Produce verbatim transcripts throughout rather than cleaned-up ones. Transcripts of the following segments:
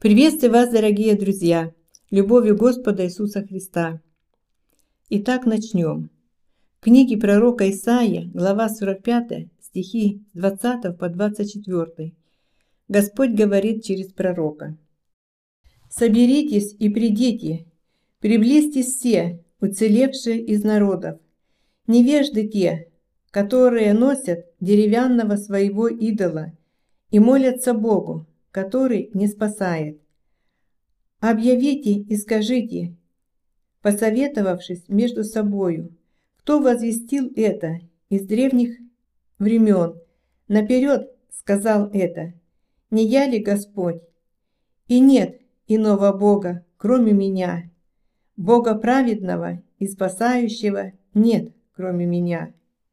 Приветствую вас, дорогие друзья, любовью Господа Иисуса Христа. Итак, начнем. В книге пророка Исаия, глава сорок пять, стихи с двадцатого по двадцать четвёртый. Господь говорит через пророка. «Соберитесь и придите, приблизьтесь все, уцелевшие из народов, невежды те, которые носят деревянного своего идола и молятся Богу, который не спасает. Объявите и скажите, посоветовавшись между собою, кто возвестил это из древних времен, наперед сказал это, не я ли Господь? И нет иного Бога, кроме меня, Бога праведного и спасающего нет, кроме меня.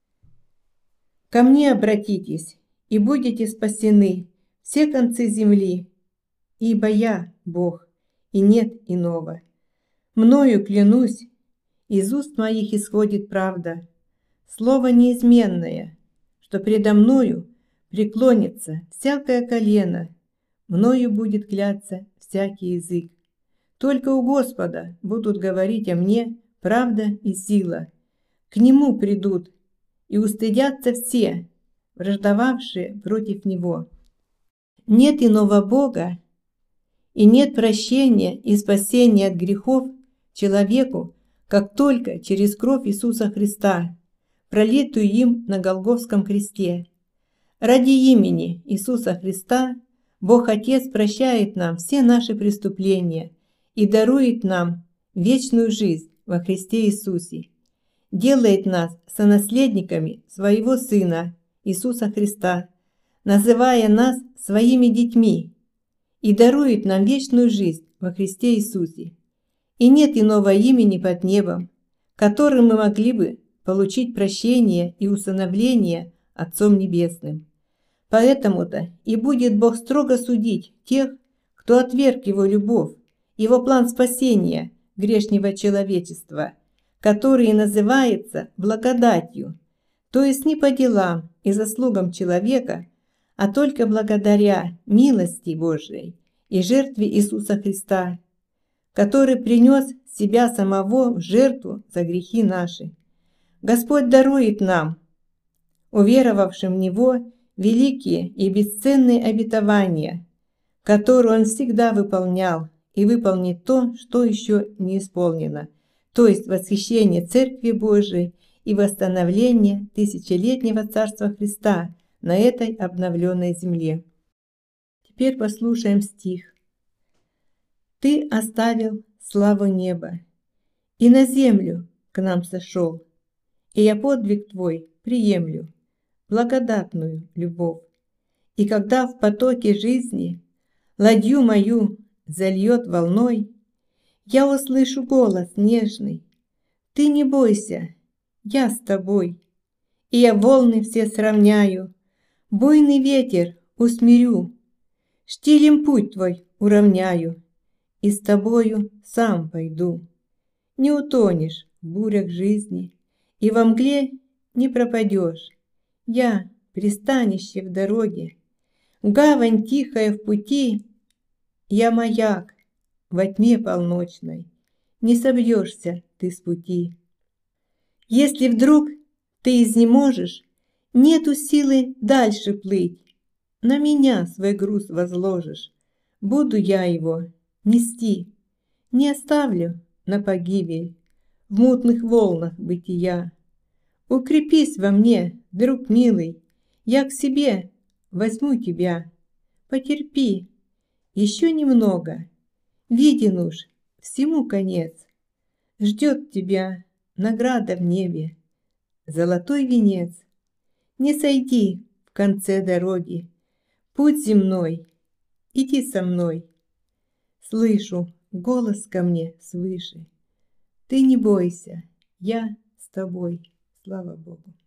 Ко мне обратитесь, и будете спасены все концы земли, ибо я Бог, и нет иного. Мною клянусь, из уст моих исходит правда, слово неизменное, что предо мною преклонится всякое колено, мною будет кляться всякий язык. Только у Господа будут говорить о мне правда и сила. К Нему придут, и устыдятся все, враждовавшие против Него. Нет иного Бога, и нет прощения и спасения от грехов человеку, как только через кровь Иисуса Христа, пролитую им на Голгофском кресте. Ради имени Иисуса Христа Бог Отец прощает нам все наши преступления и дарует нам вечную жизнь во Христе Иисусе, делает нас сонаследниками своего Сына Иисуса Христа, называя нас своими детьми, и дарует нам вечную жизнь во Христе Иисусе. И нет иного имени под небом, которым мы могли бы получить прощение и усыновление Отцом Небесным. Поэтому-то и будет Бог строго судить тех, кто отверг Его любовь, Его план спасения грешного человечества, который называется благодатью, то есть не по делам и заслугам человека, а только благодаря милости Божией и жертве Иисуса Христа, который принес себя самого в жертву за грехи наши. Господь дарует нам, уверовавшим в Него, великие и бесценные обетования, которые Он всегда выполнял и выполнит то, что еще не исполнено, то есть восхищение Церкви Божией и восстановление тысячелетнего Царства Христа на этой обновленной земле. Теперь послушаем стих. «Ты оставил славу неба, и на землю к нам сошел, и я подвиг Твой приемлю, благодатную любовь. И когда в потоке жизни ладью мою зальет волной, я услышу голос нежный, ты не бойся, я с тобой, и я волны все сравняю, буйный ветер усмирю, штилем путь твой уравняю, и с тобою сам пойду. Не утонешь в бурях жизни, и во мгле не пропадешь. Я пристанище в дороге, гавань тихая в пути, я маяк во тьме полночной, не собьешься ты с пути. Если вдруг ты изнеможешь, нету силы дальше плыть, на меня свой груз возложишь, буду я его нести, не оставлю на погибель в мутных волнах бытия. Укрепись во мне, друг милый, я к себе возьму тебя. Потерпи, еще немного, виден уж всему конец. Ждет тебя награда в небе, золотой венец. Не сойди в конце дороги, путь земной, иди со мной. Слышу голос ко мне свыше, ты не бойся, я с тобой. Слава Богу.